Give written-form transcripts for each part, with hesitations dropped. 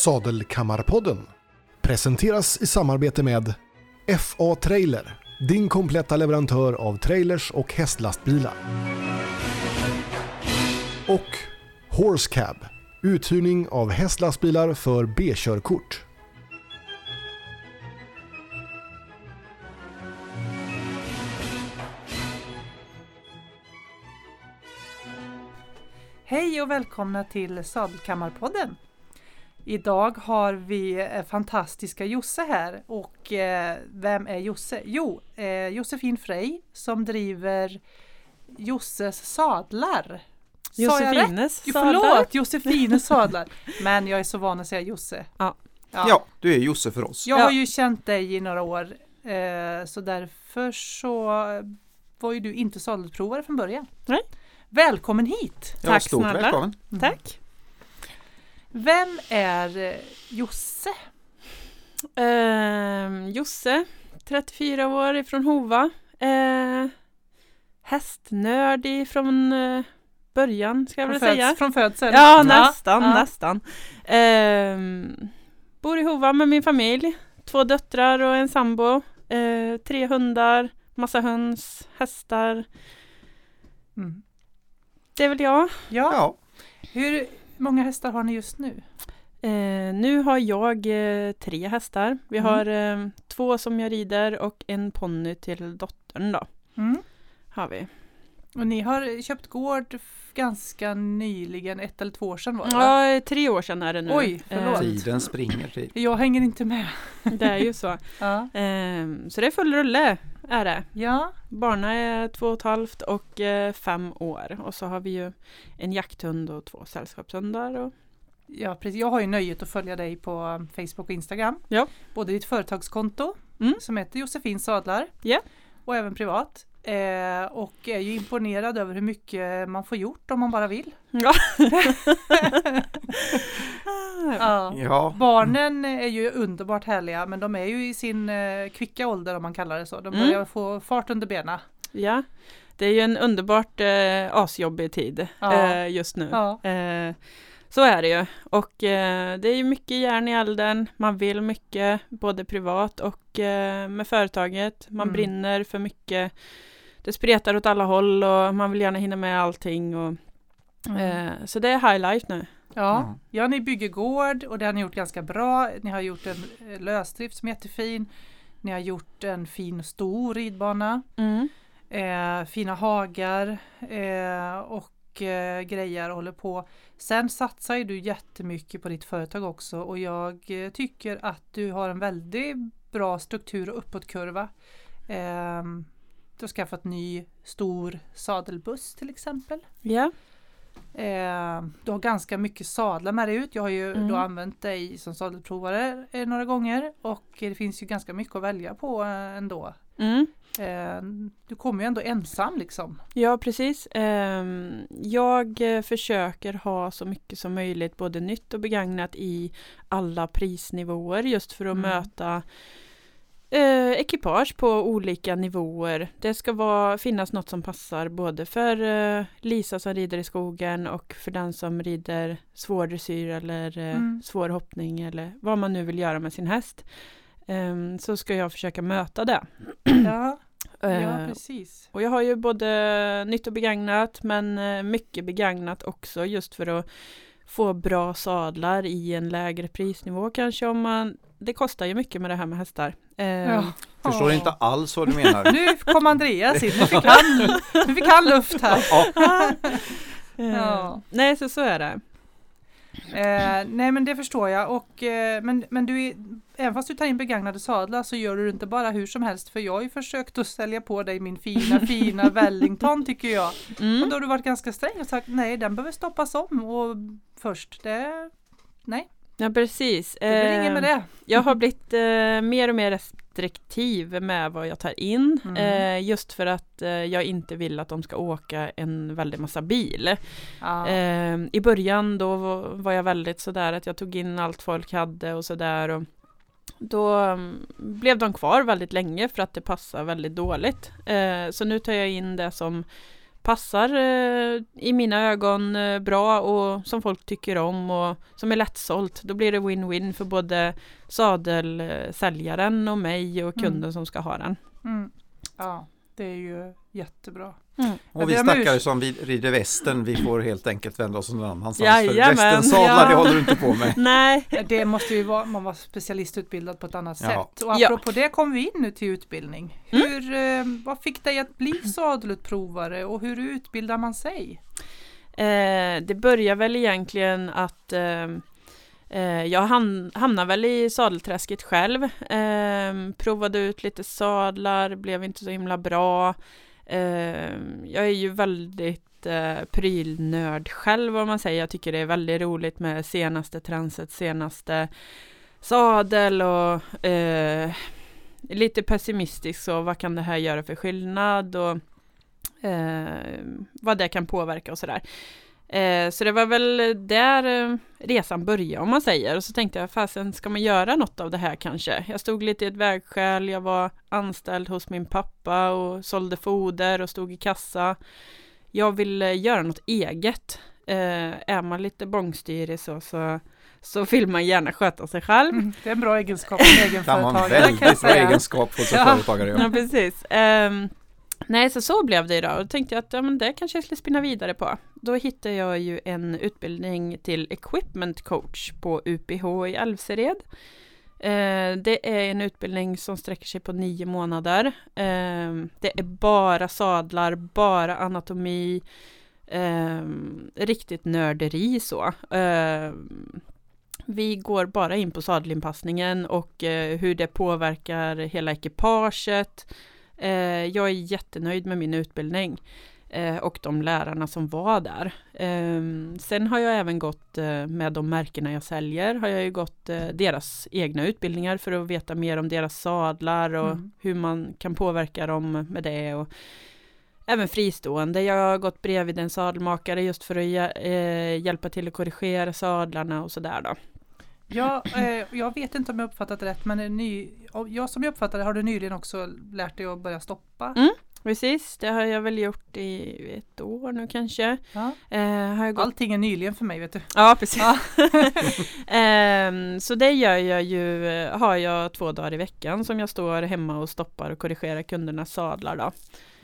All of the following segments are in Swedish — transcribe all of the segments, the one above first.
Sadelkammarpodden presenteras i samarbete med FA Trailer, din kompletta leverantör av trailers och hästlastbilar. Och Horse Cab, uthyrning av hästlastbilar för B-körkort. Hej och välkomna till Sadelkammarpodden. Idag har vi fantastiska Josse här. Och vem är Josse? Jo, Josefin Frey som driver Josses sadlar. Josefines sadlar. Förlåt, Josefines sadlar. Men jag är så van att säga Josse. Ja, du är Josse för oss. Jag har ju känt dig i några år. Så därför så var ju du inte sadelprovare från början. Nej. Välkommen hit. Ja, Tack stort snälla. välkommen. Tack. Vem är Josse? Josse, 34 år ifrån Hova. Hästnörd från början ska jag väl säga. Från födseln? Ja, nästan. Bor i Hova med min familj. 2 döttrar och en sambo. 3 hundar, massa höns, hästar. Mm. Det är väl jag. Ja. Hur många hästar har ni just nu? Nu har jag 3 hästar. Vi har 2 som jag rider och en ponny till dottern då. Har vi. Och ni har köpt gård ganska nyligen, 1 eller 2 år sedan var det? Ja, 3 år sedan är det nu. Oj, förlåt. Tiden springer till. Jag hänger inte med. Det är ju så. Ja. Så det är full rulle är det. Ja. Barna är 2,5 och 5 år. Och så har vi ju en jakthund och 2 sällskapshundar. Och... Ja, precis. Jag har ju nöjet att följa dig på Facebook och Instagram. Ja. Både ditt företagskonto som heter Josefin Sadlar. Ja. Och även privat. Och är ju imponerad över hur mycket man får gjort om man bara vill. Ja. Ja. Barnen är ju underbart härliga, men de är ju i sin kvicka ålder om man kallar det så. De börjar få fart under benen. Ja, det är ju en underbart asjobbig tid just nu. Ja. Så är det ju. Och det är ju mycket järn i elden. Man vill mycket, både privat och med företaget. Man brinner för mycket. Det spretar åt alla håll och man vill gärna hinna med allting. Och, så det är high life nu. Ja, ni bygger gård och det har ni gjort ganska bra. Ni har gjort en lösdrift som är jättefin. Ni har gjort en fin stor ridbana. Fina hagar och grejer och håller på. Sen satsar ju du jättemycket på ditt företag också och jag tycker att du har en väldigt bra struktur och uppåtkurva. Du har skaffat ny stor sadelbuss till exempel. Ja. Du har ganska mycket sadlar med dig ut. Jag har ju då använt dig som sadelprovare några gånger och det finns ju ganska mycket att välja på ändå. Du kommer ju ändå ensam liksom. Ja, precis. Jag försöker ha så mycket som möjligt både nytt och begagnat i alla prisnivåer just för att möta ekipage på olika nivåer. Det ska finnas något som passar både för Lisa som rider i skogen och för den som rider svår dressyr eller svår hoppning eller vad man nu vill göra med sin häst. Så ska jag försöka möta det. Ja, precis. Och jag har ju både nytt och begagnat men mycket begagnat också just för att få bra sadlar i en lägre prisnivå kanske det kostar ju mycket med det här med hästar. Förstår inte alls vad du menar. Nu kom Andreas in. Nu fick han luft här. Nej, så är det. Nej, men det förstår jag. Och, men du även fast du tar in begagnade sadlar så gör du inte bara hur som helst. För jag har ju försökt att sälja på dig min fina Wellington tycker jag. Och då har du varit ganska sträng och sagt nej, den behöver stoppas om. Och först, nej. Ja, precis. Det blir inget med det. Jag har blivit mer och mer restriktiv med vad jag tar in. Just för att jag inte vill att de ska åka en väldigt massa bil. I början då var jag väldigt sådär att jag tog in allt folk hade och sådär. Och då blev de kvar väldigt länge för att det passar väldigt dåligt. Så nu tar jag in det som passar i mina ögon bra och som folk tycker om och som är lättsålt. Då blir det win-win för både sadelsäljaren och mig och kunden som ska ha den. Ja, det är ju jättebra. Och vi stackare som rider västen, vi får helt enkelt vända oss någon annanstans. Jajamän, för västensadlar, det håller du inte på med. Nej. Det måste ju vara, man var specialistutbildad på ett annat sätt. Och apropå det kom vi in nu till utbildning. Vad fick dig att bli sadelutprovare och hur utbildar man sig? Det börjar väl egentligen att jag hamnade väl i sadelträsket själv. Provade ut lite sadlar, blev inte så himla bra. Jag är ju väldigt prylnörd själv om man säger. Jag tycker det är väldigt roligt med senaste transet, senaste sadel och lite pessimistisk så vad kan det här göra för skillnad och vad det kan påverka och sådär. Så det var väl där resan började om man säger. Och så tänkte jag, fasen ska man göra något av det här kanske? Jag stod lite i ett vägskäl, jag var anställd hos min pappa och sålde foder och stod i kassa. Jag ville göra något eget. Är man lite bångstyrig så vill man gärna sköta sig själv. Det är en bra egenskap som egenföretagare. Det var en väldigt bra egenskap hos företagare. Ja, precis. Nej, så blev det idag och då tänkte jag att det kanske jag skulle spinna vidare på. Då hittade jag ju en utbildning till equipment coach på UPH i Älvsered. Det är en utbildning som sträcker sig på 9 månader. Det är bara sadlar, bara anatomi, riktigt nörderi så. Vi går bara in på sadelinpassningen och hur det påverkar hela ekipaget. Jag är jättenöjd med min utbildning och de lärarna som var där. Sen har jag även gått med de märkena jag säljer. Har jag ju gått deras egna utbildningar för att veta mer om deras sadlar och hur man kan påverka dem med det. Och även fristående. Jag har gått bredvid en sadelmakare just för att hjälpa till att korrigera sadlarna och sådär då. Ja, jag vet inte om jag uppfattat det rätt, men jag som jag uppfattade har du nyligen också lärt dig att börja stoppa. Precis, det har jag väl gjort i 1 år nu kanske. Ja. Har jag gått... Allting är nyligen för mig, vet du. Ja, precis. Ja. Så det gör jag ju, har jag 2 dagar i veckan som jag står hemma och stoppar och korrigerar kundernas sadlar då.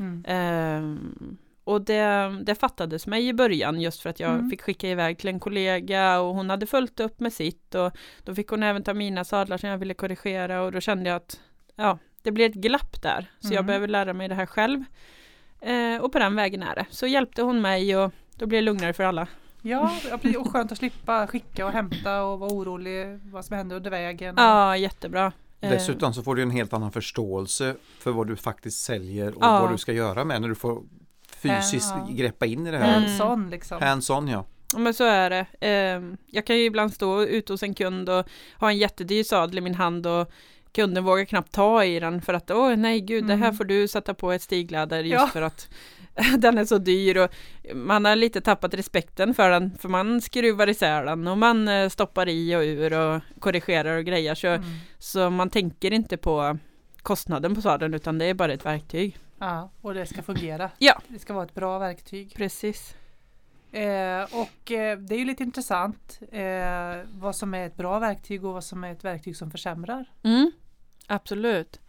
Och det fattades mig i början just för att jag fick skicka iväg till en kollega och hon hade följt upp med sitt och då fick hon även ta mina sadlar som jag ville korrigera och då kände jag att det blir ett glapp där så jag behöver lära mig det här själv och på den vägen är det. Så hjälpte hon mig och då blev det lugnare för alla. Ja, och skönt att slippa skicka och hämta och vara orolig vad som händer under vägen. Ja, jättebra. Dessutom så får du en helt annan förståelse för vad du faktiskt säljer och vad du ska göra med när du får fysiskt greppa in i det här. Hands-on liksom. Hands-on, ja. Ja, men så är det. Jag kan ju ibland stå ute hos en kund och ha en jättedyr sadel i min hand och kunden vågar knappt ta i den för att nej gud, det här får du sätta på ett stigläder just för att den är så dyr och man har lite tappat respekten för den för man skruvar isär den och man stoppar i och ur och korrigerar och grejer så man tänker inte på kostnaden på sadeln utan det är bara ett verktyg. Ja, och det ska fungera. Ja. Det ska vara ett bra verktyg. Precis. Det är ju lite intressant vad som är ett bra verktyg och vad som är ett verktyg som försämrar. Absolut.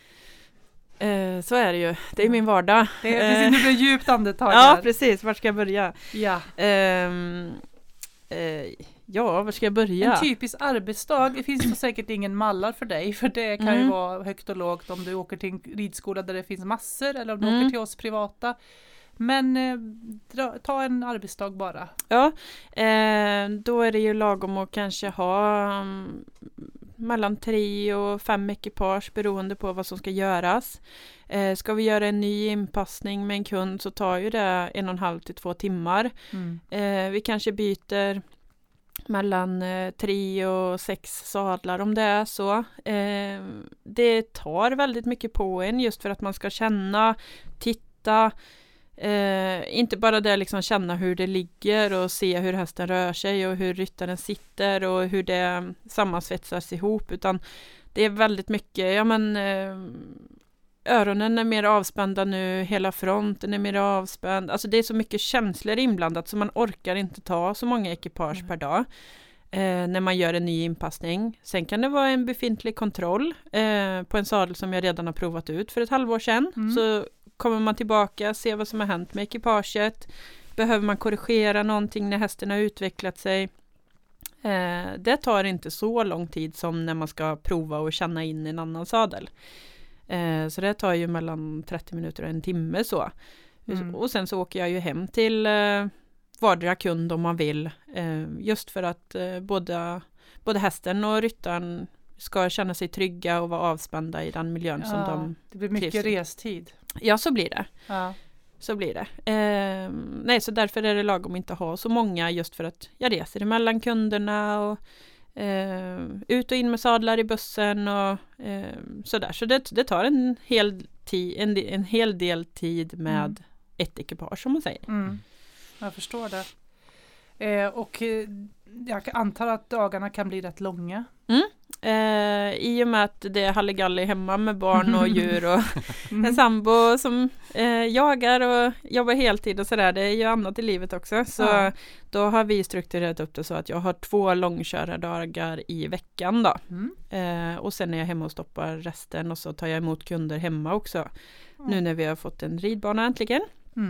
Så är det ju. Det är min vardag. Det blir djupt andetag. Ja, precis. Var ska jag börja? Ja. Var ska jag börja? En typisk arbetsdag. Det finns så säkert ingen mallar för dig. För det kan ju vara högt och lågt om du åker till en ridskola där det finns massor. Eller om du åker till oss privata. Men ta en arbetsdag bara. Ja, då är det ju lagom att kanske ha mellan 3 och 5 ekipage beroende på vad som ska göras. Ska vi göra en ny inpassning med en kund så tar ju det 1,5 till 2 timmar. Vi kanske byter mellan 3 och 6 sadlar om det är så. Det tar väldigt mycket på en just för att man ska känna, titta. Inte bara det liksom känna hur det ligger och se hur hästen rör sig och hur ryttaren sitter och hur det sammansvetsas ihop utan det är väldigt mycket öronen är mer avspända nu, hela fronten är mer avspänd. Alltså det är så mycket känslor inblandat så man orkar inte ta så många ekipage per dag när man gör en ny inpassning. Sen kan det vara en befintlig kontroll på en sadel som jag redan har provat ut för ett halvår sedan. Så kommer man tillbaka, se vad som har hänt med ekipaget. Behöver man korrigera någonting när hästen har utvecklat sig? Det tar inte så lång tid som när man ska prova och känna in en annan sadel. Så det tar ju mellan 30 minuter och en timme så. Och sen så åker jag ju hem till vardera kund om man vill. Just för att både hästen och ryttaren ska känna sig trygga och vara avspända i den miljön som de det blir mycket restid. Ja, så blir det. Ja. Så blir det. Nej, så därför är det lagom inte ha så många just för att jag reser emellan kunderna och ut och in med sadlar i bussen och sådär. Så det tar en hel del tid med ett ekipage som man säger. Jag förstår det. Och jag antar att dagarna kan bli rätt långa. I och med att det är halligalli hemma med barn och djur och en sambo som jagar och jobbar heltid och sådär. Det är ju annat i livet också. Så då har vi strukturerat upp det så att jag har 2 långkörardagar i veckan då. Och sen är jag hemma och stoppar resten och så tar jag emot kunder hemma också. Nu när vi har fått en ridbana äntligen.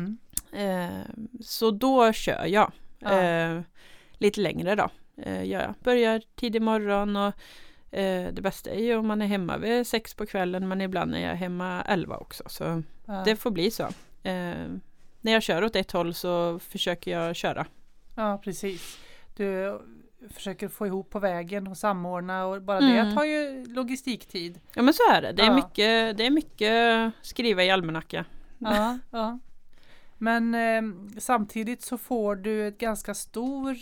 Så då kör jag lite längre då. Jag börjar tidig morgon och det bästa är ju om man är hemma vid 6 på kvällen, men ibland är jag hemma 11 också. Så det får bli så. När jag kör åt ett håll så försöker jag köra. Ja, precis. Du försöker få ihop på vägen och samordna och bara det tar ju logistiktid. Ja, men så är det. Det är mycket skriva i almanacka. Ja. Men samtidigt så får du ett ganska stort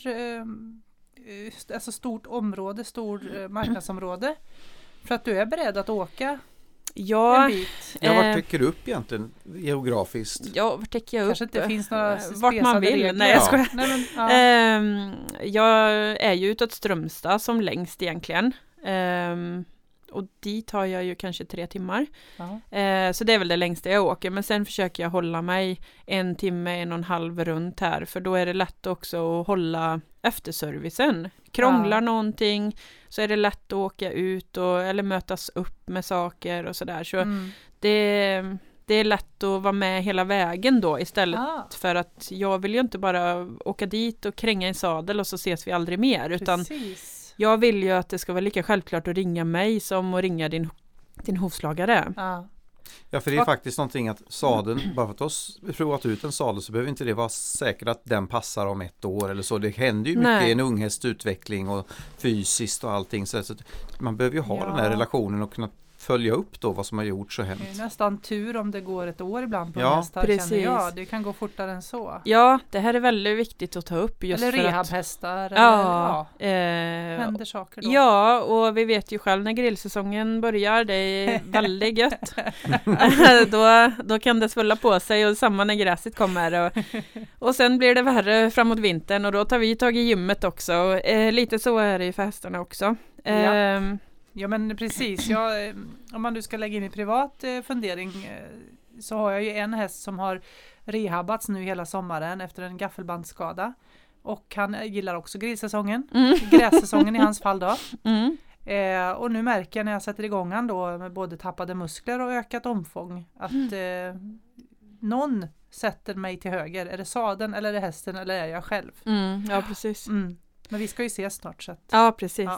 område, marknadsområde för att du är beredd att åka en bit. Vart täcker du upp egentligen geografiskt? Ja, vart täcker jag upp? Kanske inte finns några vart man vill. regler. Nej, jag skojar. Nej, men, jag är ju utåt Strömstad som längst egentligen. Och dit har jag ju kanske 3 timmar. Så det är väl det längsta jag åker. Men sen försöker jag hålla mig 1 timme, 1,5 runt här. För då är det lätt också att hålla efterservicen. Krånglar någonting så är det lätt att åka ut eller mötas upp med saker och sådär. Så det är lätt att vara med hela vägen då istället för att jag vill ju inte bara åka dit och kränga en sadel och så ses vi aldrig mer. Utan jag vill ju att det ska vara lika självklart att ringa mig som att ringa din hovslagare. Ja, för det är faktiskt någonting att sadeln, bara för att du provat ut en sadel så behöver inte det vara säkert att den passar om 1 år eller så. Det händer ju mycket i en unghästs utveckling och fysiskt och allting. Så man behöver ju ha den här relationen och kunna följa upp då vad som har gjorts och hänt. Det är nästan tur om det går 1 år ibland på hästar, känner jag. Det kan gå fortare än så. Ja, det här är väldigt viktigt att ta upp. Just eller för rehabhästar. Händer saker då. Ja, och vi vet ju själv när grillsäsongen börjar, det är väldigt gött. då kan det svulla på sig och samma när gräset kommer. Och sen blir det värre framåt vintern och då tar vi tag i gymmet också. Lite så är det ju för hästarna också. Ja, men precis. Om man nu ska lägga in i privat fundering så har jag ju en häst som har rehabats nu hela sommaren efter en gaffelbandsskada. Och han gillar också grillsäsongen. Grässäsongen i hans fall då. Och nu märker jag när jag sätter igång han då med både tappade muskler och ökat omfång att någon sätter mig till höger. Är det sadeln eller är det hästen eller är jag själv? Ja, precis. Men vi ska ju ses snart. Så att, ja, precis.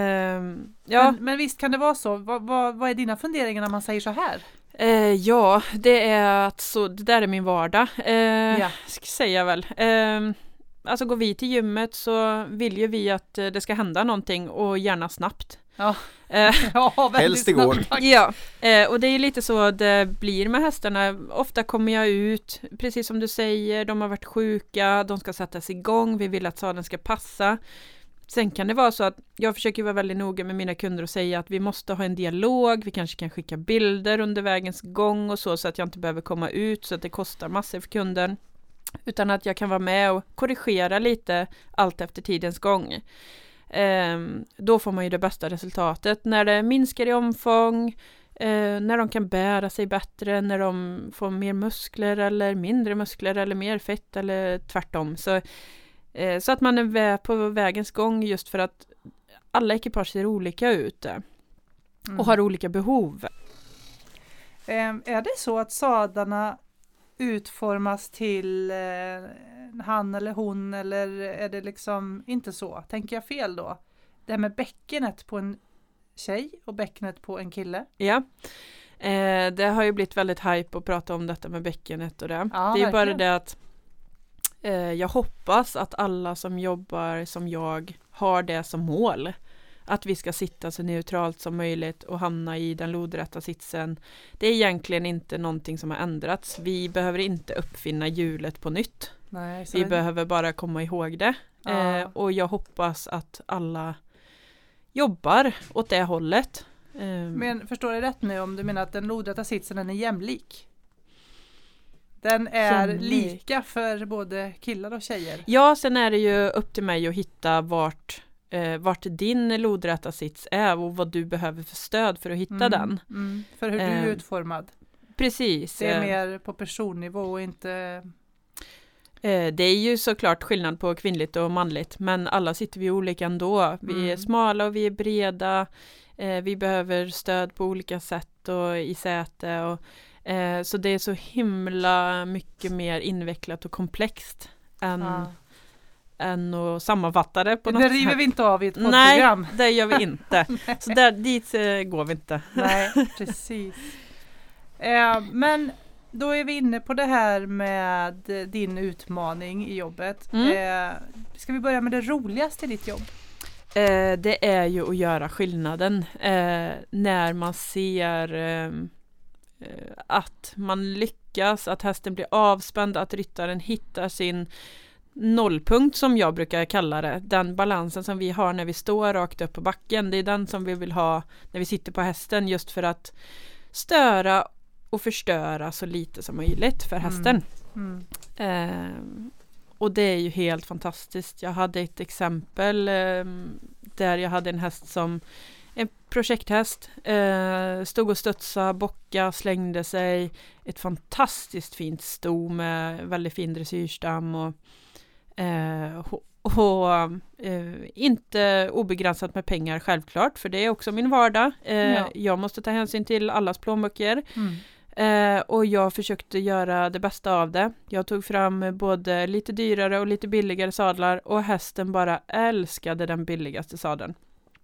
Men visst kan det vara så. Vad är dina funderingar när man säger så här? Ja, det är att det där är min vardag. Ska säga jag väl. Alltså går vi till gymmet så vill ju vi att det ska hända någonting och gärna snabbt. Ja, helst igår. Ja, och det är lite så det blir med hästarna. Ofta kommer jag ut, precis som du säger, de har varit sjuka, de ska sättas igång, vi vill att sadeln ska passa. Sen kan det vara så att jag försöker vara väldigt noga med mina kunder och säga att vi måste ha en dialog, vi kanske kan skicka bilder under vägens gång och så att jag inte behöver komma ut så att det kostar massor för kunden. Utan att jag kan vara med och korrigera lite allt efter tidens gång. Då får man ju det bästa resultatet. När det minskar i omfång, när de kan bära sig bättre, när de får mer muskler eller mindre muskler eller mer fett eller tvärtom. Så att man är på vägens gång, just för att alla ekipage ser olika ut och har olika behov. Är det så att sadlarna utformas till han eller hon, eller är det liksom inte så? Tänker jag fel då? Det här med bäckenet på en tjej och bäckenet på en kille? Ja, det har ju blivit väldigt hype att prata om detta med bäckenet och det. Ja, det är ju bara verkligen. det att jag hoppas att alla som jobbar som jag har det som mål. Att vi ska sitta så neutralt som möjligt och hamna i den lodrätta sitsen. Det är egentligen inte någonting som har ändrats. Vi behöver inte uppfinna hjulet på nytt. Nej, Vi behöver bara komma ihåg det. Ja. Och jag hoppas att alla jobbar åt det hållet. Men förstår jag rätt nu om du menar att den lodrätta sitsen, den är jämlik? Den är lika för både killar och tjejer? Ja, sen är det ju upp till mig att hitta vart din lodrätta sits är och vad du behöver för stöd för att hitta den. För hur du är utformad. Precis. Det är mer på personnivå och inte... Det är ju såklart skillnad på kvinnligt och manligt, men alla sitter vi olika ändå. Vi är smala och vi är breda. Vi behöver stöd på olika sätt och i säte. Och, så det är så himla mycket mer invecklat och komplext än att sammanfatta det på något sätt. Det river vi inte av i ett poddprogram. Nej, det gör vi inte. Så dit går vi inte. Nej, precis. Men då är vi inne på det här med din utmaning i jobbet. Ska vi börja med det roligaste i ditt jobb? Det är ju att göra skillnaden när man ser att man lyckas, att hästen blir avspänd, att ryttaren hittar sin nollpunkt som jag brukar kalla det. Den balansen som vi har när vi står rakt upp på backen, det är den som vi vill ha när vi sitter på hästen, just för att störa och förstöra så lite som möjligt för hästen. Och det är ju helt fantastiskt. Jag hade ett exempel där jag hade en häst som en projekthäst, stod och studsade, bocka, slängde sig, ett fantastiskt fint sto med väldigt fin dressyrstam och inte obegränsat med pengar självklart, för det är också min vardag. Jag måste ta hänsyn till allas plånböcker. Och jag försökte göra det bästa av det. Jag tog fram både lite dyrare och lite billigare sadlar, och hästen bara älskade den billigaste sadeln.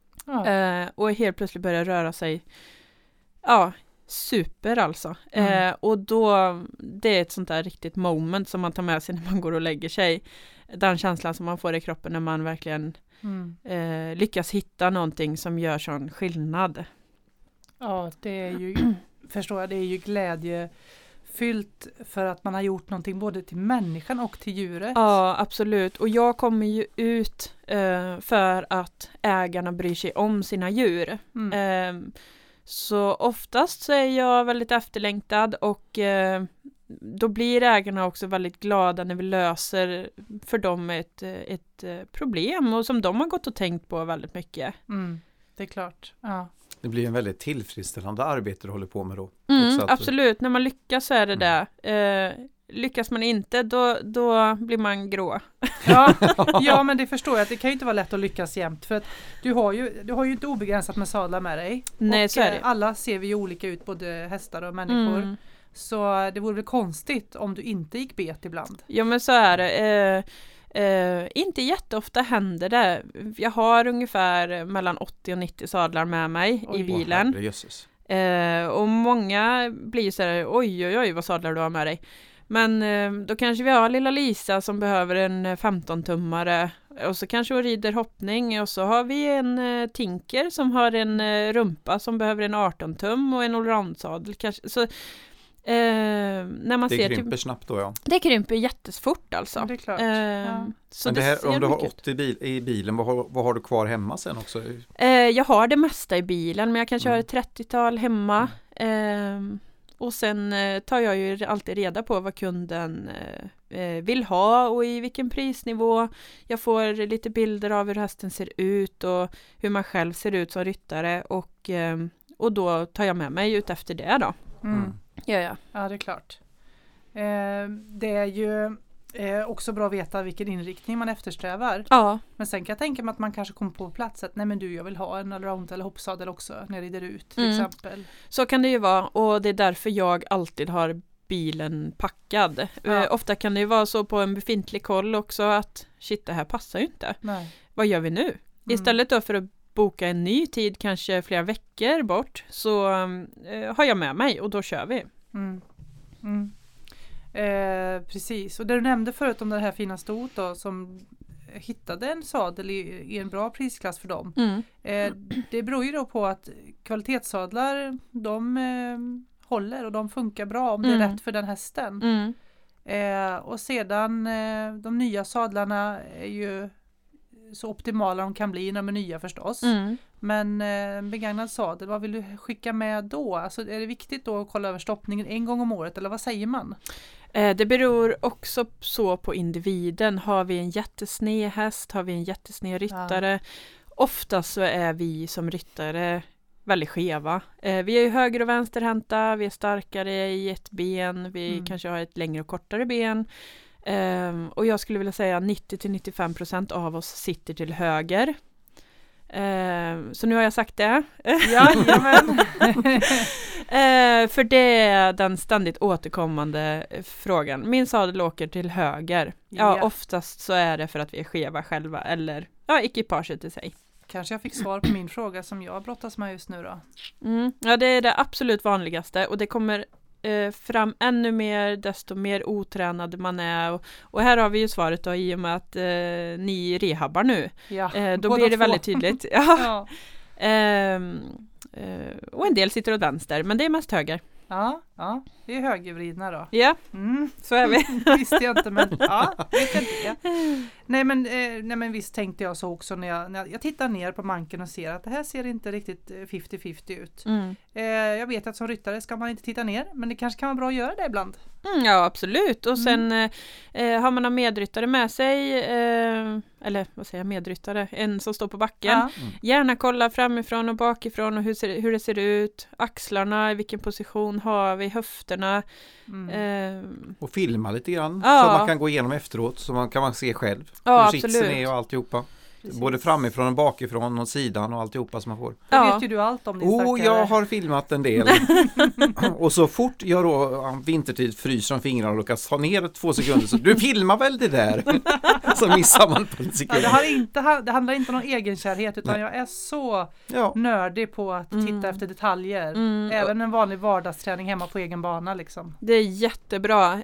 Och helt plötsligt började röra sig. Ja, super alltså. Och då, det är ett sånt där riktigt moment som man tar med sig när man går och lägger sig. Den känslan som man får i kroppen när man verkligen lyckas hitta någonting som gör sån skillnad. Ja, det är ju, förstår jag, det är ju glädjefyllt för att man har gjort någonting både till människan och till djuret. Ja, absolut. Och jag kommer ju ut för att ägarna bryr sig om sina djur. Så oftast så är jag väldigt efterlängtad, och då blir ägarna också väldigt glada när vi löser för dem ett problem och som de har gått och tänkt på väldigt mycket. Det är klart. Ja. Det blir en väldigt tillfredsställande arbete du håller på med då. Absolut, när man lyckas så är det det. Lyckas man inte, då blir man grå. Ja, men det förstår jag att det kan ju inte vara lätt att lyckas jämt, för att du har ju inte obegränsat med sadlar med dig. Nej, och så är det. Alla ser vi ju olika ut, både hästar och människor. Så det vore väl konstigt om du inte gick bet ibland. Ja, men så är det. Inte jätteofta händer det. Jag har ungefär mellan 80 och 90 sadlar med mig i bilen. Och många blir så här, oj vad sadlar du har med dig. Men då kanske vi har lilla Lisa som behöver en 15-tummare, och så kanske hon rider hoppning, och så har vi en Tinker som har en rumpa som behöver en 18-tum och en allround-sadel kanske. Så när man det krymper snabbt då, ja. Det krymper jättefort alltså. Det är klart. Så men det här, om du har 80 ut. i bilen, vad har du kvar hemma sen också? Jag har det mesta i bilen, men jag kanske har ett 30-tal hemma. Och sen tar jag ju alltid reda på vad kunden vill ha och i vilken prisnivå. Jag får lite bilder av hur hästen ser ut och hur man själv ser ut som ryttare, och Och då tar jag med mig ut efter det då. Ja, det är klart. Det är ju också bra att veta vilken inriktning man eftersträvar. Ja. Men sen kan jag tänka mig att man kanske kommer på plats att nej men du, jag vill ha en allround eller hoppsadel också när jag rider ut till exempel. Så kan det ju vara, och det är därför jag alltid har bilen packad. Ofta kan det ju vara så på en befintlig koll också att shit, det här passar ju inte. Nej. Vad gör vi nu? Istället då för att boka en ny tid kanske flera veckor bort så har jag med mig och då kör vi. Precis, och det du nämnde förut om det här fina stot då, som hittade en sadel i en bra prisklass för dem. Det beror ju då på att kvalitetssadlar de håller och de funkar bra om det är rätt för den hästen. Och sedan de nya sadlarna är ju så optimala de kan bli när de är nya förstås. Men begagnad sadel, vad vill du skicka med då? Alltså, är det viktigt då att kolla över stoppningen en gång om året eller vad säger man? Det beror också så på individen. Har vi en jättesned häst, har vi en jättesned ryttare. Ofta så är vi som ryttare väldigt skeva. Vi är ju höger- och vänsterhänta, vi är starkare i ett ben, vi kanske har ett längre och kortare ben. Och jag skulle vilja säga 90-95% av oss sitter till höger. Så nu har jag sagt det. Jajamän. För det är den ständigt återkommande frågan. Min sadel åker till höger. Ja, oftast så är det för att vi är skeva själva eller ekipaget i sig. Kanske jag fick svar på min fråga som jag brottas med just nu då. Ja, det är det absolut vanligaste och det kommer fram ännu mer desto mer otränad man är och här har vi ju svaret då i och med att ni rehabbar nu. Då blir det väldigt tydligt. Och en del sitter åt vänster men det är mest höger. Ja, vi är högervridna då. Ja, så är vi. Visste jag inte, men vet jag det. Nej men visst tänkte jag så också när jag tittar ner på manken och ser att det här ser inte riktigt 50-50 ut. Jag vet att som ryttare ska man inte titta ner, men det kanske kan vara bra att göra det ibland. Ja, absolut. Och sen har man en medryttare med sig, eller vad säger jag, medryttare, en som står på backen. Gärna kolla framifrån och bakifrån och hur det ser ut. Axlarna, i vilken position har vi, höfterna. Och filma lite grann så man kan gå igenom efteråt så man kan se själv hur sitsen är och alltihopa. Precis. Både framifrån och bakifrån och sidan och alltihopa som man får. Det vet ju du allt om din stackare. Jag har filmat en del. Och så fort jag då vintertid fryser om fingrarna och lyckas ta ner 2 sekunder så du filmar väl det där? Så missar man på en sekund. Det handlar inte om någon egenkärhet utan jag är så nördig på att titta efter detaljer. Även en vanlig vardagsträning hemma på egen bana liksom. Det är jättebra.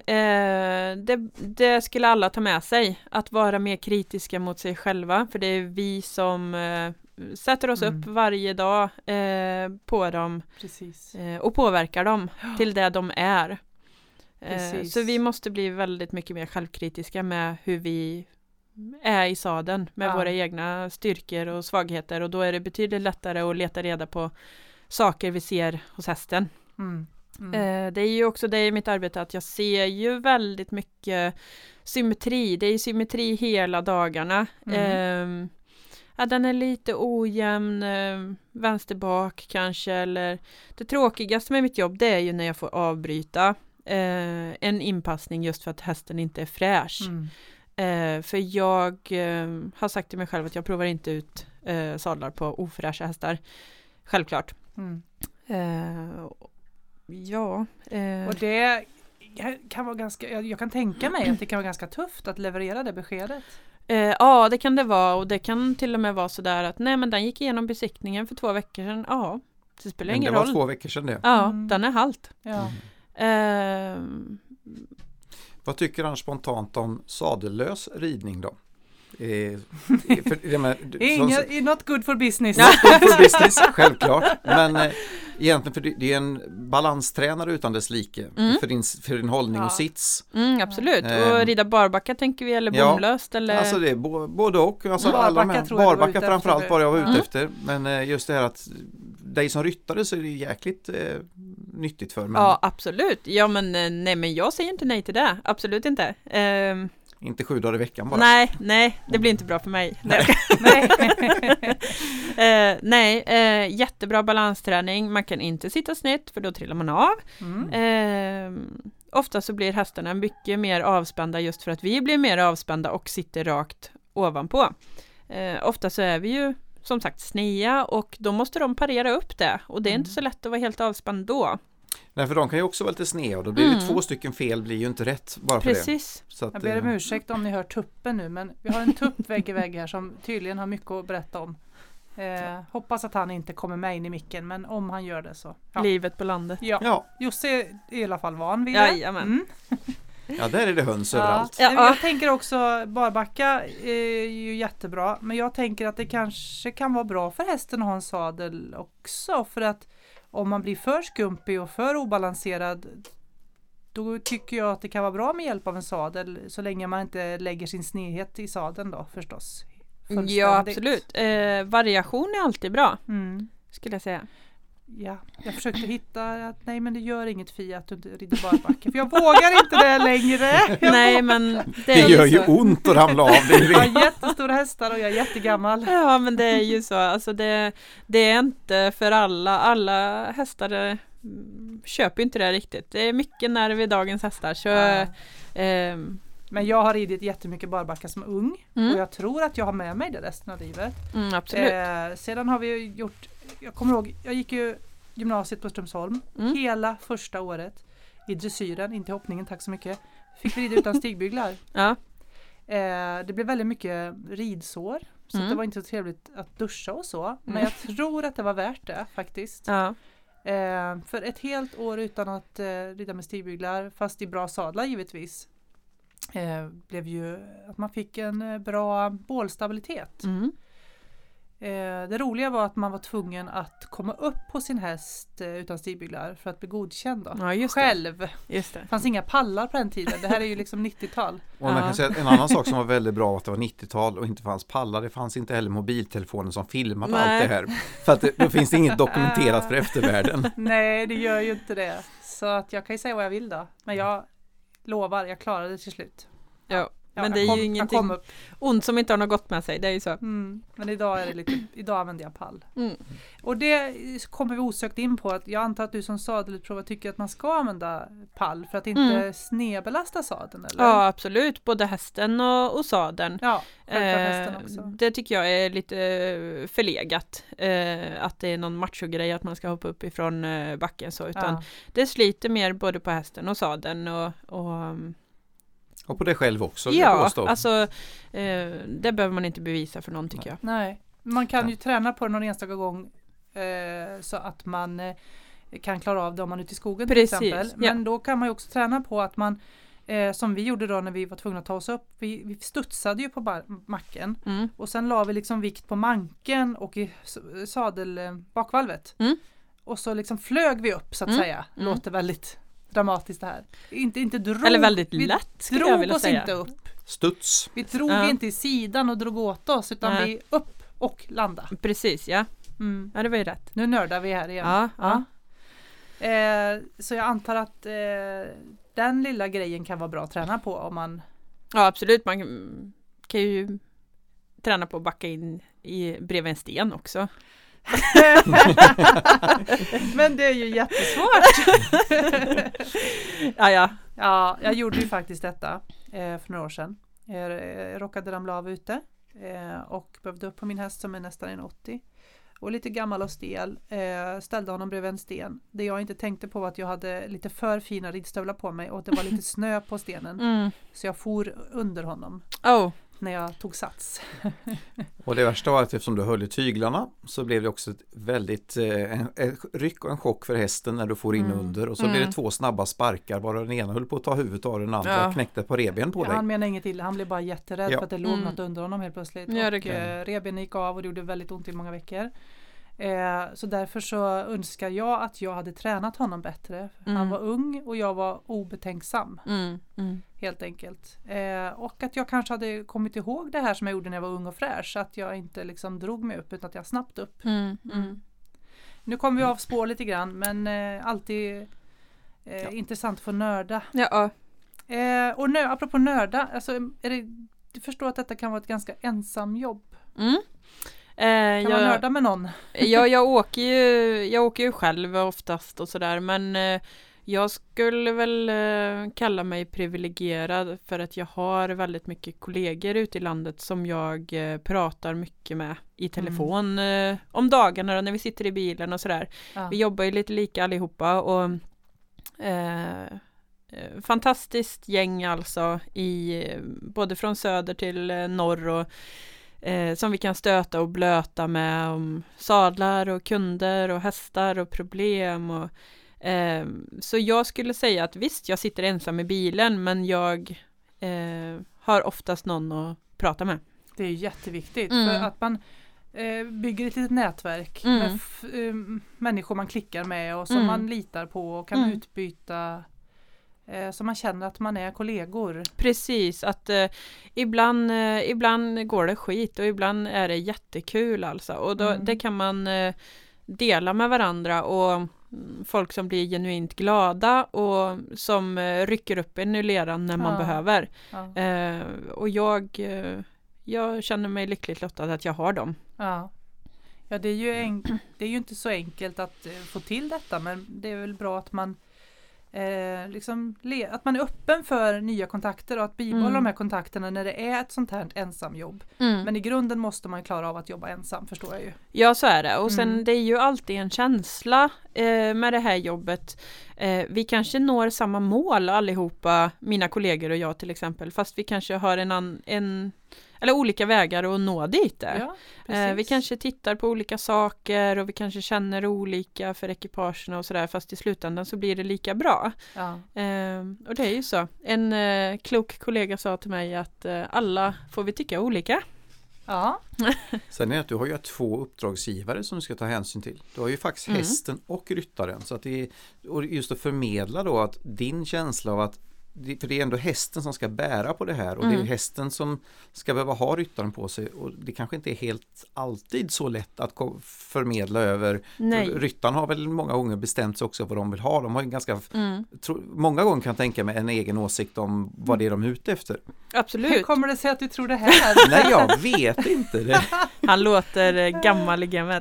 Det skulle alla ta med sig. Att vara mer kritiska mot sig själva. För det är vi som sätter oss upp varje dag på dem. Precis. Och påverkar dem till det de är. Så vi måste bli väldigt mycket mer självkritiska med hur vi är i sadeln med våra egna styrkor och svagheter. Och då är det betydligt lättare att leta reda på saker vi ser hos hästen. Det är ju också det i mitt arbete att jag ser ju väldigt mycket symmetri. Det är ju symmetri hela dagarna. Den är lite ojämn, vänster bak kanske. Eller det tråkigaste med mitt jobb det är ju när jag får avbryta en inpassning just för att hästen inte är fräsch. För jag har sagt till mig själv att jag provar inte ut sadlar på ofräscha hästar. Självklart. Och det kan vara ganska, jag kan tänka mig att det kan vara ganska tufft att leverera det beskedet. Ja, det kan det vara och det kan till och med vara sådär att nej men den gick igenom besiktningen för 2 veckor sedan. Ja, det spelar ingen roll. Det var 2 veckor sedan det. Ja, den är halt. Vad tycker han spontant om sadellös ridning då? Not good for business. Not good for business, självklart. Men egentligen för det är en balanstränare utan dess like för din hållning och sits. Absolut. Och rida barbacka tänker vi eller bomlöst eller? Alltså det är både och. Alltså barbacka framförallt var jag var ute efter. Men just det här att dig som ryttare så är det jäkligt nyttigt för mig. Ja, absolut. Ja, men nej, men jag säger inte nej till det. Absolut inte. Inte 7 dagar i veckan bara. Nej, det blir inte bra för mig. Jättebra balansträning. Man kan inte sitta snett för då trillar man av. Ofta så blir hästarna mycket mer avspända just för att vi blir mer avspända och sitter rakt ovanpå. Ofta så är vi ju som sagt snea och då måste de parera upp det. Och det är inte så lätt att vara helt avspänd då. Nej, för de kan ju också vara lite snea och då blir det 2 stycken fel blir ju inte rätt bara för Precis. det. Så att, jag ber om ursäkt om ni hör tuppen nu, men vi har en tupp vägg i vägg här som tydligen har mycket att berätta om. Hoppas att han inte kommer med in i micken, men om han gör det så. Ja. Livet på landet. Ja. Josse är i alla fall van vid det. Jajamän. Ja, där är det höns överallt. Jag tänker också barbacka är ju jättebra, men jag tänker att det kanske kan vara bra för hästen att ha en sadel också, för att om man blir för skumpig och för obalanserad, då tycker jag att det kan vara bra med hjälp av en sadel, så länge man inte lägger sin snedhet i sadeln då förstås. Ja, absolut. Variation är alltid bra, skulle jag säga. Ja, jag försökte hitta att nej, men det gör inget Fia att du inte rider barbacka, för jag vågar inte det längre. Nej, men det gör ju ont att ramla av. Jag har jättestora hästar och jag är jättegammal. Ja, men det är ju så. Alltså det är inte för alla hästar köper inte det riktigt. Det är mycket nerv i dagens hästar. Så, men jag har ridit jättemycket barbacka som ung och jag tror att jag har med mig det resten av livet. Absolut. Sedan har vi gjort, jag kommer ihåg, jag gick ju gymnasiet på Strömsholm hela första året i dressyren, inte hoppningen, tack så mycket. Fick rida utan stigbyglar. Ja. Det blev väldigt mycket ridsår, så det var inte så trevligt att duscha och så, men jag tror att det var värt det faktiskt. Ja. För ett helt år utan att rida med stigbyglar, fast i bra sadlar givetvis, blev ju att man fick en bra bålstabilitet. Det roliga var att man var tvungen att komma upp på sin häst utan stigbyglar för att bli godkänd då. Ja, just själv. Det. Just det. Det fanns inga pallar på den tiden. Det här är ju liksom 90-tal. Och man kan säga att en annan sak som var väldigt bra var att det var 90-tal och inte fanns pallar. Det fanns inte heller mobiltelefoner som filmade allt det här. För att då finns det inget dokumenterat för eftervärlden. Nej, det gör ju inte det. Så att jag kan ju säga vad jag vill då. Men jag lovar, jag klarade det till slut. Ja. Men det är ju ingenting ont som inte har något gott med sig, det är ju så. Men idag är det idag använder jag pall. Och det kommer vi osökt in på, att jag antar att du som sadelutprovare tycker att man ska använda pall för att inte snedbelasta sadeln, eller? Ja, absolut. Både hästen och sadeln. Ja, hästen också. Det tycker jag är lite förlegat. Att det är någon machogrej att man ska hoppa upp ifrån backen så, utan det sliter mer både på hästen och sadeln och på det själv också. Ja, alltså det behöver man inte bevisa för någon, tycker jag. Nej, man kan ju träna på det någon enstaka gång så att man kan klara av det om man är ute i skogen till exempel. Men då kan man ju också träna på att man, som vi gjorde då när vi var tvungna att ta oss upp, vi studsade ju på macken och sen la vi liksom vikt på manken och i sadelbakvalvet. Och så liksom flög vi upp, så att säga. Låter väldigt dramatiskt det här. Inte drog. Eller väldigt lätt, skulle jag vilja säga. Vi drog oss inte upp. Studs. Vi drog inte i sidan och drog åt oss, utan vi upp och landa. Precis, ja. Ja, det var ju rätt. Nu nördar vi här igen. Ja. Så jag antar att den lilla grejen kan vara bra att träna på om man... Ja, absolut. Man kan ju träna på att backa in bredvid en sten också. Men det är ju jättesvårt. Ja, jag gjorde ju faktiskt detta för några år sedan. Jag råkade ramla av ute och behövde upp på min häst som är nästan 1,80 och lite gammal och stel. Ställde honom bredvid en sten. Det jag inte tänkte på var att jag hade lite för fina ridstövlar på mig och det var lite snö på stenen. Så jag for under honom. När jag tog sats. Och det värsta var att eftersom du höll i tyglarna så blev det också ett väldigt ryck och en chock för hästen när du får in under. Och så blev det 2 snabba sparkar, bara den ena höll på att ta huvudet av den andra och knäckte på reben på dig. Han menar inget illa, han blev bara jätterädd för att det låg något under honom helt plötsligt. Och reben gick av och det gjorde väldigt ont i många veckor. Så därför så önskar jag att jag hade tränat honom bättre. Han var ung och jag var obetänksam. Helt enkelt. Och att jag kanske hade kommit ihåg det här som jag gjorde när jag var ung och fräsch. Att jag inte liksom drog mig upp utan att jag snabbt upp. Nu kommer vi av spår lite grann, men alltid intressant att få nörda. Ja. Och apropå nörda, alltså, du förstår att detta kan vara ett ganska ensam jobb. Kan man nörda med någon? Jag åker ju själv oftast och sådär, men jag skulle väl kalla mig privilegierad för att jag har väldigt mycket kollegor ute i landet som jag pratar mycket med i telefon om dagarna när vi sitter i bilen och sådär. Ja. Vi jobbar ju lite lika allihopa och fantastiskt gäng alltså både från söder till norr och som vi kan stöta och blöta med om sadlar och kunder och hästar och problem och så jag skulle säga att visst, jag sitter ensam i bilen, men jag har oftast någon att prata med. Det är jätteviktigt för att man bygger ett litet nätverk med människor man klickar med och som man litar på och kan utbyta, så man känner att man är kollegor. Precis, att ibland går det skit och ibland är det jättekul alltså. Och då, det kan man dela med varandra och folk som blir genuint glada och som rycker upp en ur leran när man behöver. Ja. Och jag känner mig lyckligt lottad att jag har dem. Ja, det är ju inte så enkelt att få till detta, men det är väl bra att man att man är öppen för nya kontakter och att bibehålla de här kontakterna när det är ett sånt här ensamjobb. Men i grunden måste man klara av att jobba ensam, förstår jag ju. Ja, så är det. Och sen det är ju alltid en känsla med det här jobbet. Vi kanske når samma mål allihopa, mina kollegor och jag till exempel, fast vi kanske har eller olika vägar att nå dit. Ja, vi kanske tittar på olika saker och vi kanske känner olika för ekipagerna och sådär, fast i slutändan så blir det lika bra. Ja. Och det är ju så. En klok kollega sa till mig att alla får vi tycka olika. Ja. Sen är det att du har ju 2 uppdragsgivare som du ska ta hänsyn till. Du har ju faktiskt hästen och ryttaren. Så att och just att förmedla då att din känsla av att för det är ändå hästen som ska bära på det här och det är hästen som ska behöva ha ryttaren på sig och det kanske inte är helt alltid så lätt att förmedla över. Ryttaren har väl många gånger bestämt sig också vad de vill ha. De har ju ganska många gånger kan tänka mig en egen åsikt om vad det är de är ute efter. Absolut. Hur kommer det sig att du tror det här? Nej, jag vet inte det. Han låter gammal i gamet.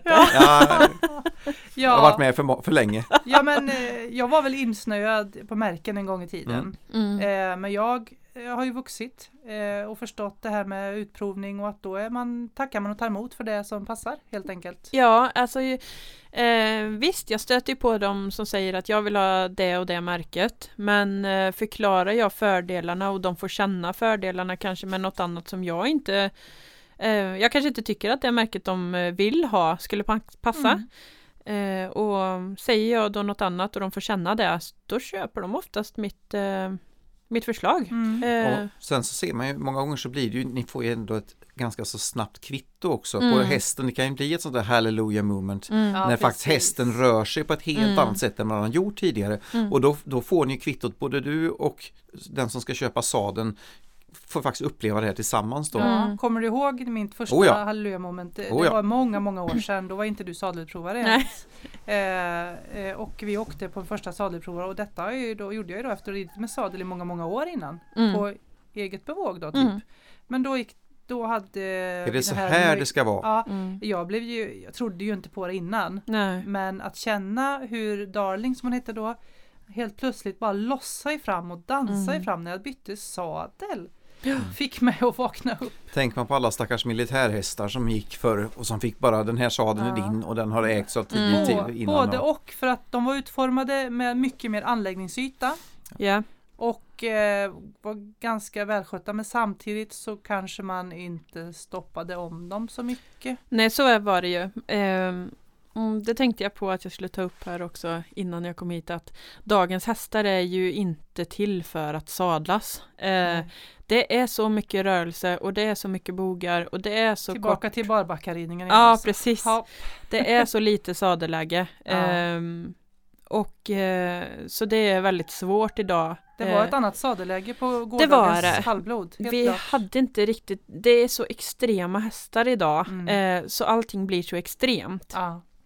Jag har varit med för länge. Ja, men jag var väl insnöad på märken en gång i tiden. Men jag har ju vuxit och förstått det här med utprovning och att då tackar man och tar emot för det som passar helt enkelt. Ja, alltså visst, jag stöter ju på dem som säger att jag vill ha det och det märket, men förklarar jag fördelarna och de får känna fördelarna kanske med något annat som jag inte jag kanske inte tycker att det märket de vill ha skulle passa. Och säger jag då något annat och de får känna det, då köper de oftast mitt förslag. Och sen så ser man ju, många gånger så blir det ju, ni får ju ändå ett ganska så snabbt kvitto också på hästen. Det kan ju bli ett sånt där hallelujah moment när faktiskt hästen rör sig på ett helt annat sätt än man har gjort tidigare. Och då får ni kvittot, både du och den som ska köpa sadeln får faktiskt uppleva det här tillsammans då. Kommer du ihåg mitt första halleluja-moment? Det var många år sedan. Då var inte du sadelprovare ens. Och vi åkte på första sadelprovare och detta gjorde jag ju då efter att ridit med sadel i många år innan. På eget bevåg då typ. Men då hade... Är det så här det ska vara? Ja, jag trodde ju inte på det innan. Nej. Men att känna hur Darling, som hon hette då, helt plötsligt bara lossa fram och dansa fram när jag bytte sadel. Fick mig att vakna upp. Tänk man på alla stackars militärhästar som gick förr och som fick bara den här sadeln är din och den har ägts av 10 innan. Både och, för att de var utformade med mycket mer anläggningsyta. Ja. Och var ganska välskötta, men samtidigt så kanske man inte stoppade om dem så mycket. Nej, så var det ju. Det tänkte jag på att jag skulle ta upp här också innan jag kom hit, att dagens hästar är ju inte till för att sadlas. Det är så mycket rörelse och det är så mycket bogar och det är så tillbaka till barbackaridningen. Ja, alltså. Precis. Ja. Det är så lite sadeläge. Så det är väldigt svårt idag. Det var ett annat sadeläge på gårdagens halvblod. Vi hade inte riktigt, det är så extrema hästar idag. Så allting blir så extremt. Ja.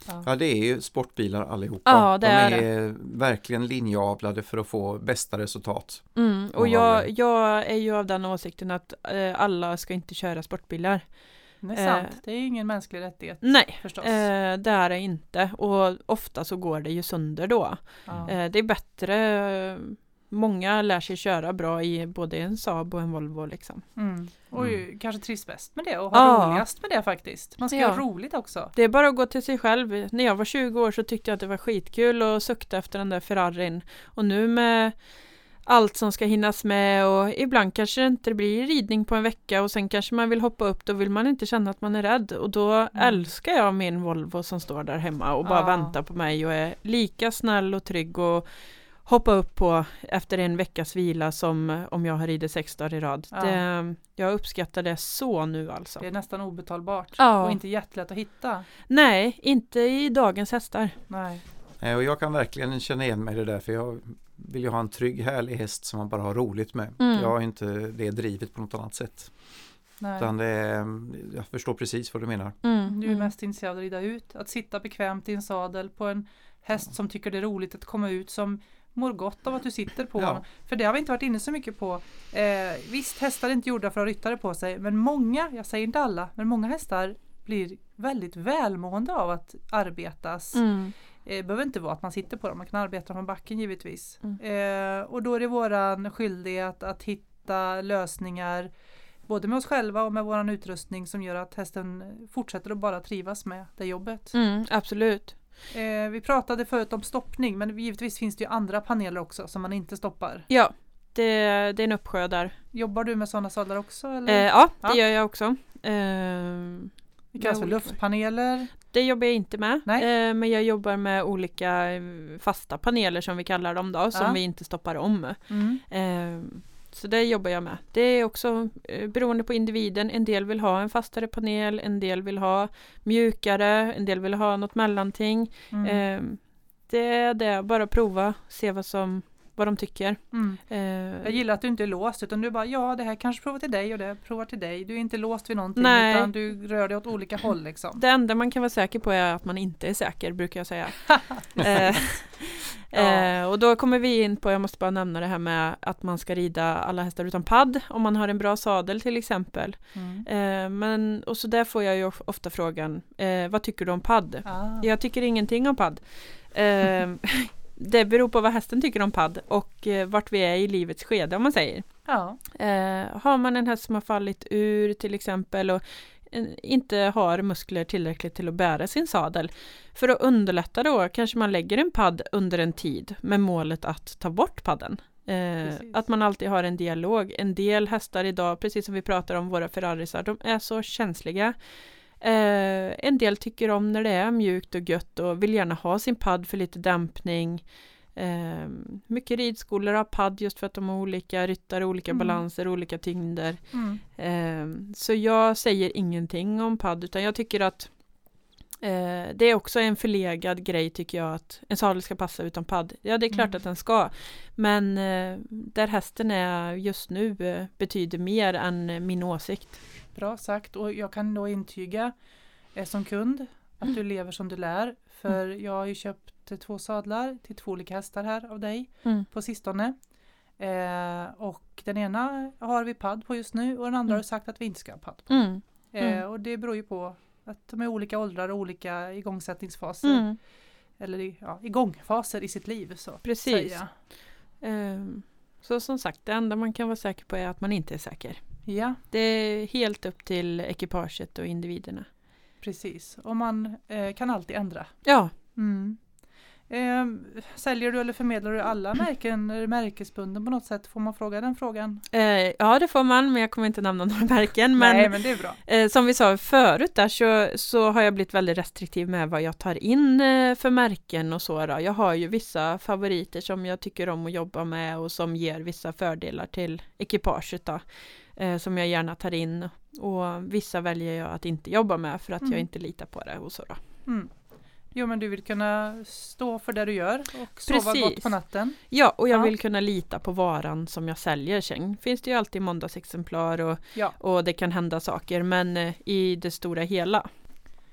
Ja, det är ju sportbilar allihopa. Ja, de är verkligen linjeavlade för att få bästa resultat. Och jag är ju av den åsikten att alla ska inte köra sportbilar. Det är sant. Det är ju ingen mänsklig rättighet. Nej, förstås. Det är det inte. Och ofta så går det ju sönder då. Det är bättre. Många lär sig köra bra i både en Saab och en Volvo liksom. Och kanske trivs bäst med det och har roligast med det faktiskt. Man ska ha roligt också. Det är bara att gå till sig själv. När jag var 20 år så tyckte jag att det var skitkul och sukta efter den där Ferrarin. Och nu med allt som ska hinnas med och ibland kanske det inte blir ridning på en vecka och sen kanske man vill hoppa upp, då vill man inte känna att man är rädd och då älskar jag min Volvo som står där hemma och bara väntar på mig och är lika snäll och trygg och hoppa upp på efter en veckas vila som om jag har ridit 6 dagar i rad. Jag uppskattar det så nu alltså. Det är nästan obetalbart och inte jättelätt att hitta. Nej, inte i dagens hästar. Nej. Och jag kan verkligen känna igen mig i det där, för jag vill ju ha en trygg, härlig häst som man bara har roligt med. Jag har inte det drivet på något annat sätt. Nej. Utan jag förstår precis vad du menar. Du är mest intresserad av att rida ut. Att sitta bekvämt i en sadel på en häst som tycker det är roligt att komma ut, som mår gott av att du sitter på honom. För det har vi inte varit inne så mycket på. Visst, hästar är inte gjorda för att ha ryttare på sig, men många, jag säger inte alla, men många hästar blir väldigt välmående av att arbetas. Det behöver inte vara att man sitter på dem, man kan arbeta från backen givetvis. Och då är det våran skyldighet att hitta lösningar både med oss själva och med våran utrustning som gör att hästen fortsätter att bara trivas med det jobbet. Absolut. Vi pratade förut om stoppning, men givetvis finns det ju andra paneler också som man inte stoppar. Ja, det är en uppsjö där. Jobbar du med sådana sadlar också? Eller? Ja, det gör jag också. Det kallas för luftpaneler. Det jobbar jag inte med. Men jag jobbar med olika fasta paneler som vi kallar dem då, som vi inte stoppar om. Så det jobbar jag med. Det är också beroende på individen. En del vill ha en fastare panel, en del vill ha mjukare, en del vill ha något mellanting. Det är det, bara prova, se vad de tycker. Jag gillar att du inte är låst, utan du bara, det här kanske provar till dig och det provar till dig. Du är inte låst vid någonting, utan du rör dig åt olika håll liksom. Det enda man kan vara säker på är att man inte är säker, brukar jag säga. Och då kommer vi in på, jag måste bara nämna det här med att man ska rida alla hästar utan padd om man har en bra sadel till exempel. Och så där får jag ju ofta frågan, vad tycker du om padd? Jag tycker ingenting om padd. Det beror på vad hästen tycker om padd och vart vi är i livets skede, om man säger. Har man en häst som har fallit ur till exempel och inte har muskler tillräckligt till att bära sin sadel, för att underlätta då kanske man lägger en padd under en tid med målet att ta bort padden. Att man alltid har en dialog. En del hästar idag, precis som vi pratar om våra Ferrarisar, de är så känsliga. En del tycker om när det är mjukt och gött och vill gärna ha sin padd för lite dämpning. Mycket ridskolor har padd just för att de har olika ryttare, olika balanser, olika tyngder. Så jag säger ingenting om padd, utan jag tycker att det är också en förlegad grej, tycker jag, att en sadel ska passa utan padd. Ja, det är klart att den ska. Men där hästen är just nu betyder mer än min åsikt. Bra sagt, och jag kan då intyga som kund att du lever som du lär. För jag har ju köpt 2 sadlar till 2 olika hästar här av dig på sistone. Och den ena har vi padd på just nu och den andra har sagt att vi inte ska ha padd på. Och det beror ju på att de är olika åldrar och olika igångsättningsfaser. Eller igångfaser i sitt liv. Så precis. Så som sagt, det enda man kan vara säker på är att man inte är säker. Ja. Det är helt upp till ekipaget och individerna. Precis. Och man kan alltid ändra. Ja. Säljer du eller förmedlar du alla märken? Är det märkesbunden på något sätt? Får man fråga den frågan? Ja, det får man, men jag kommer inte nämna några märken. Nej, men det är bra. Som vi sa förut där så har jag blivit väldigt restriktiv med vad jag tar in för märken och så. Då. Jag har ju vissa favoriter som jag tycker om att jobba med och som ger vissa fördelar till ekipaget då, som jag gärna tar in. Och vissa väljer jag att inte jobba med för att jag inte litar på det och så då. Jo, men du vill kunna stå för det du gör och sova gott på natten. Ja, och jag vill kunna lita på varan som jag säljer. Sen finns det ju alltid måndagsexemplar och det kan hända saker, men i det stora hela.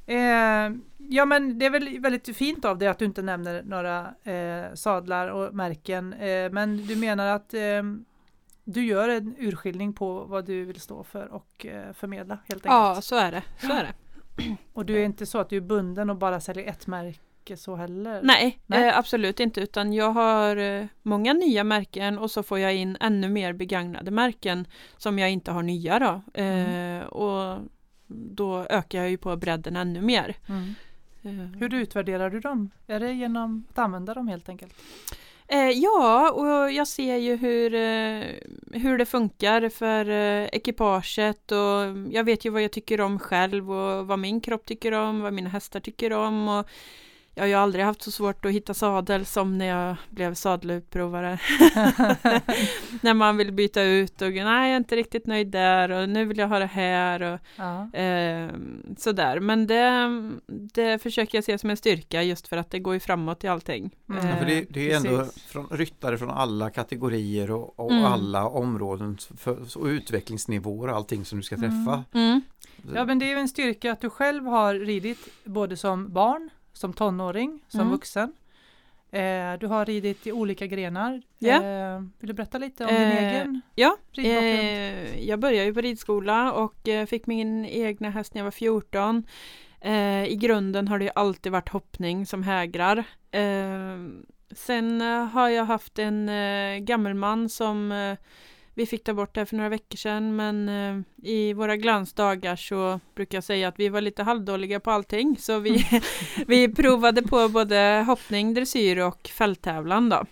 Ja, men det är väl väldigt fint av dig att du inte nämner några sadlar och märken. Men du menar att du gör en urskiljning på vad du vill stå för och förmedla helt enkelt. Ja, så är det. Och du är inte så att du är bunden och bara säljer ett märke så heller? Nej. Absolut inte. Utan jag har många nya märken och så får jag in ännu mer begagnade märken som jag inte har nya då. Och då ökar jag ju på bredden ännu mer. Hur utvärderar du dem? Är det genom att använda dem helt enkelt? Ja, och jag ser ju hur det funkar för ekipaget och jag vet ju vad jag tycker om själv och vad min kropp tycker om, vad mina hästar tycker om och jag har ju aldrig haft så svårt att hitta sadel som när jag blev sadelutprovare. När man vill byta ut och nej, jag är inte riktigt nöjd där och nu vill jag ha det här och sådär. Men det försöker jag se som en styrka just för att det går ju framåt i allting. Ja, för det är ändå ryttare från alla kategorier och alla områden och utvecklingsnivåer och allting som du ska träffa. Ja, men det är ju en styrka att du själv har ridit både som barn, som tonåring, som vuxen. Du har ridit i olika grenar. Vill du berätta lite om din egen ridbakgrund? Jag började ju på ridskola och fick min egna häst när jag var 14. I grunden har det alltid varit hoppning som hägrar. Sen har jag haft en gammelman som vi fick ta bort det för några veckor sedan, men i våra glansdagar så brukar jag säga att vi var lite halvdåliga på allting. Så vi provade på både hoppning, dressyr och fälttävlan då.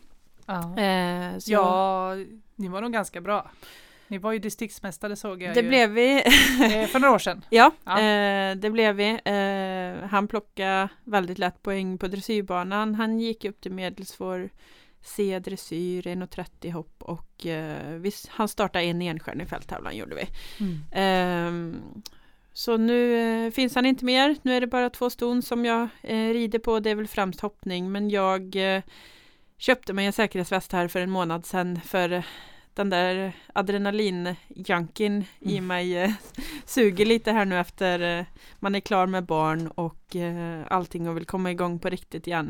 Ja, ni var nog ganska bra. Ni var ju distriktsmästare såg jag. Det blev vi. För några år sedan. Ja. Det blev vi. Han plockade väldigt lätt poäng på dressyrbanan. Han gick upp till medelsvår C-dressyr, 1,30 hopp och han startade en enstjärnig fälttävlan gjorde vi. Så nu finns han inte mer. Nu är det bara 2 ston som jag rider på. Det är väl främst hoppning, men jag köpte mig en säkerhetsväst här för en månad sedan för den där adrenalinjunkin i mig suger lite här nu efter man är klar med barn och allting och vill komma igång på riktigt igen.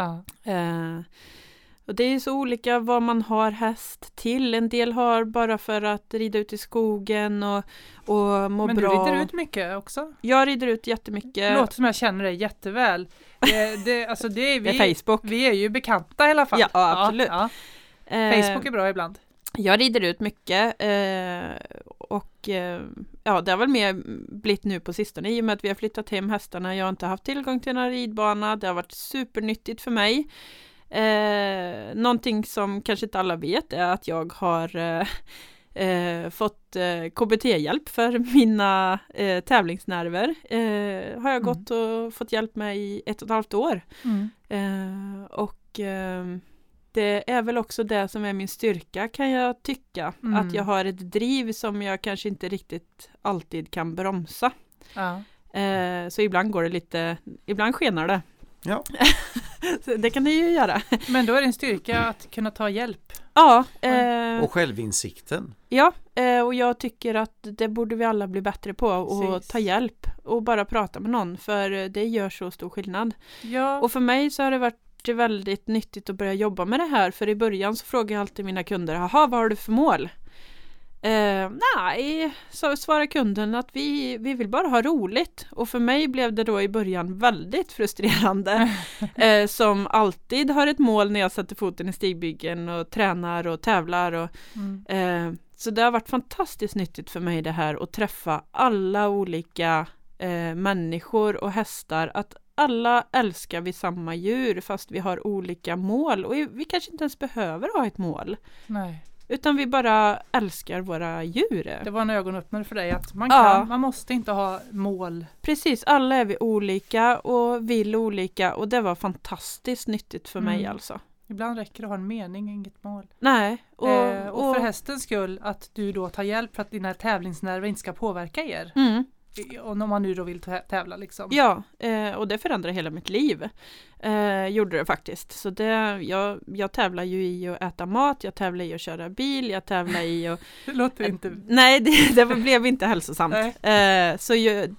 Och det är så olika vad man har häst till. En del har bara för att rida ut i skogen och må bra. Men du rider ut mycket också? Jag rider ut jättemycket. Det låter som jag känner dig jätteväl. Det är Facebook. Vi är ju bekanta i alla fall. Ja, absolut. Ja. Facebook är bra ibland. Jag rider ut mycket och det har väl mer blivit nu på sistone i och med att vi har flyttat hem hästarna. Jag har inte haft tillgång till en ridbana. Det har varit supernyttigt för mig. Någonting som kanske inte alla vet är att jag har fått KBT-hjälp för mina tävlingsnerver. Har jag gått och fått hjälp med i 1,5 år. Det är väl också det som är min styrka kan jag tycka. Att jag har ett driv som jag kanske inte riktigt alltid kan bromsa. Så ibland går det lite, ibland skenar det. Ja. Det kan det ju göra. Men då är det en styrka att kunna ta hjälp. Ja. Och självinsikten. Ja, och jag tycker att det borde vi alla bli bättre på. Och ta hjälp och bara prata med någon. För det gör så stor skillnad. Ja. Och för mig så har det varit väldigt nyttigt att börja jobba med det här. För i början så frågar jag alltid mina kunder, jaha, vad har du för mål? Nej, så svarar kunden att vi vill bara ha roligt. Och för mig blev det då i början väldigt frustrerande. Som alltid har ett mål när jag sätter foten i stigbyggen och tränar och tävlar. Så det har varit fantastiskt nyttigt för mig det här att träffa alla olika människor och hästar. Att alla älskar vi samma djur fast vi har olika mål. Och vi kanske inte ens behöver ha ett mål. Nej. Utan vi bara älskar våra djur. Det var en ögonöppnare för dig att man måste inte ha mål. Precis, alla är vi olika och vill olika och det var fantastiskt nyttigt för mig alltså. Ibland räcker det att ha en mening, inget mål. Nej. Och för hästens skull att du då tar hjälp för att dina tävlingsnerver inte ska påverka er. om man nu då vill tävla liksom. Ja, och det förändrar hela mitt liv. Gjorde det faktiskt. Så jag tävlar ju i att äta mat, jag tävlar i att köra bil, jag tävlar i att... Det låter inte... Nej, det blev inte hälsosamt. Så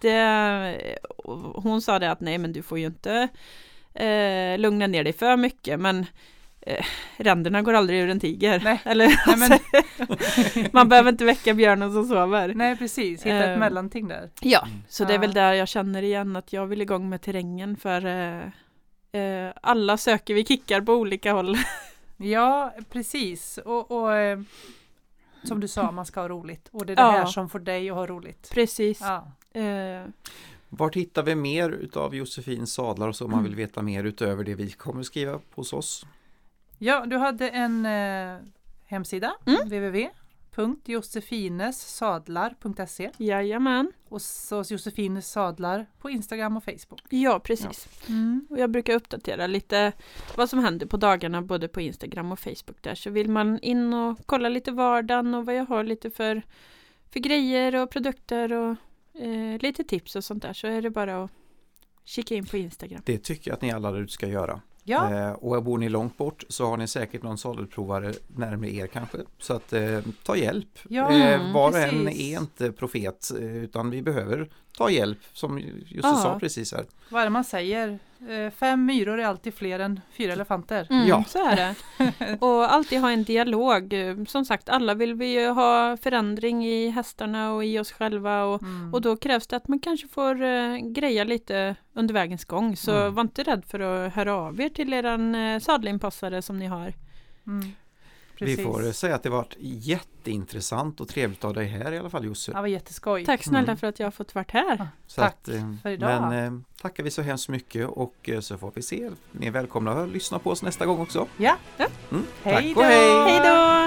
hon sa det att nej, men du får ju inte lugna ner dig för mycket, men ränderna går aldrig ur en tiger. Nej. Eller, nej, men... man behöver inte väcka björnen som sover. Nej, precis. Hitta ett mellanting där. Ja, så det är väl där jag känner igen att jag vill igång med terrängen, för alla söker vi kickar på olika håll. Ja, precis. Och som du sa, man ska ha roligt. Och det är det här som får dig att ha roligt. Precis. Ja. Vart hittar vi mer utav Josefins sadlar och så om man vill veta mer utöver det vi kommer skriva hos oss? Ja, du hade en hemsida, www.josefinessadlar.se. Jajamän. Och så Josefines sadlar på Instagram och Facebook. Ja, precis. Ja. Och jag brukar uppdatera lite vad som händer på dagarna både på Instagram och Facebook där. Så vill man in och kolla lite vardagen och vad jag har lite för grejer och produkter och lite tips och sånt där, så är det bara att kika in på Instagram. Det tycker jag att ni alla där ute ska göra. Ja. Och bor ni långt bort så har ni säkert någon sadelprovare närmare er kanske. Så att ta hjälp. Var och en är inte profet, utan vi behöver ta hjälp, som Jussi sa precis här. Vad är det man säger? 5 myror är alltid fler än 4 elefanter. Ja, så är det. Och alltid ha en dialog. Som sagt, alla vill vi ju ha förändring i hästarna och i oss själva. Och då krävs det att man kanske får greja lite under vägens gång. Så var inte rädd för att höra av er till eran sadelinpassare som ni har. Precis. Vi får säga att det varit jätteintressant och trevligt av dig här i alla fall, Jussi. Det var jätteskoj. Tack snälla för att jag har fått vara här. Så tack för idag. Men tackar vi så hemskt mycket och så får vi se. Ni är välkomna att lyssna på oss nästa gång också. Ja. Tack och hej! Hej då!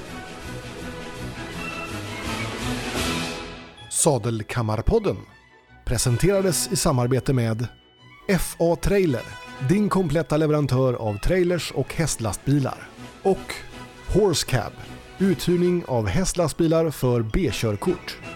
Sadelkammarpodden presenterades i samarbete med FA Trailer, din kompletta leverantör av trailers och hästlastbilar, och Horse Cab, uthyrning av hästlastbilar för B-körkort.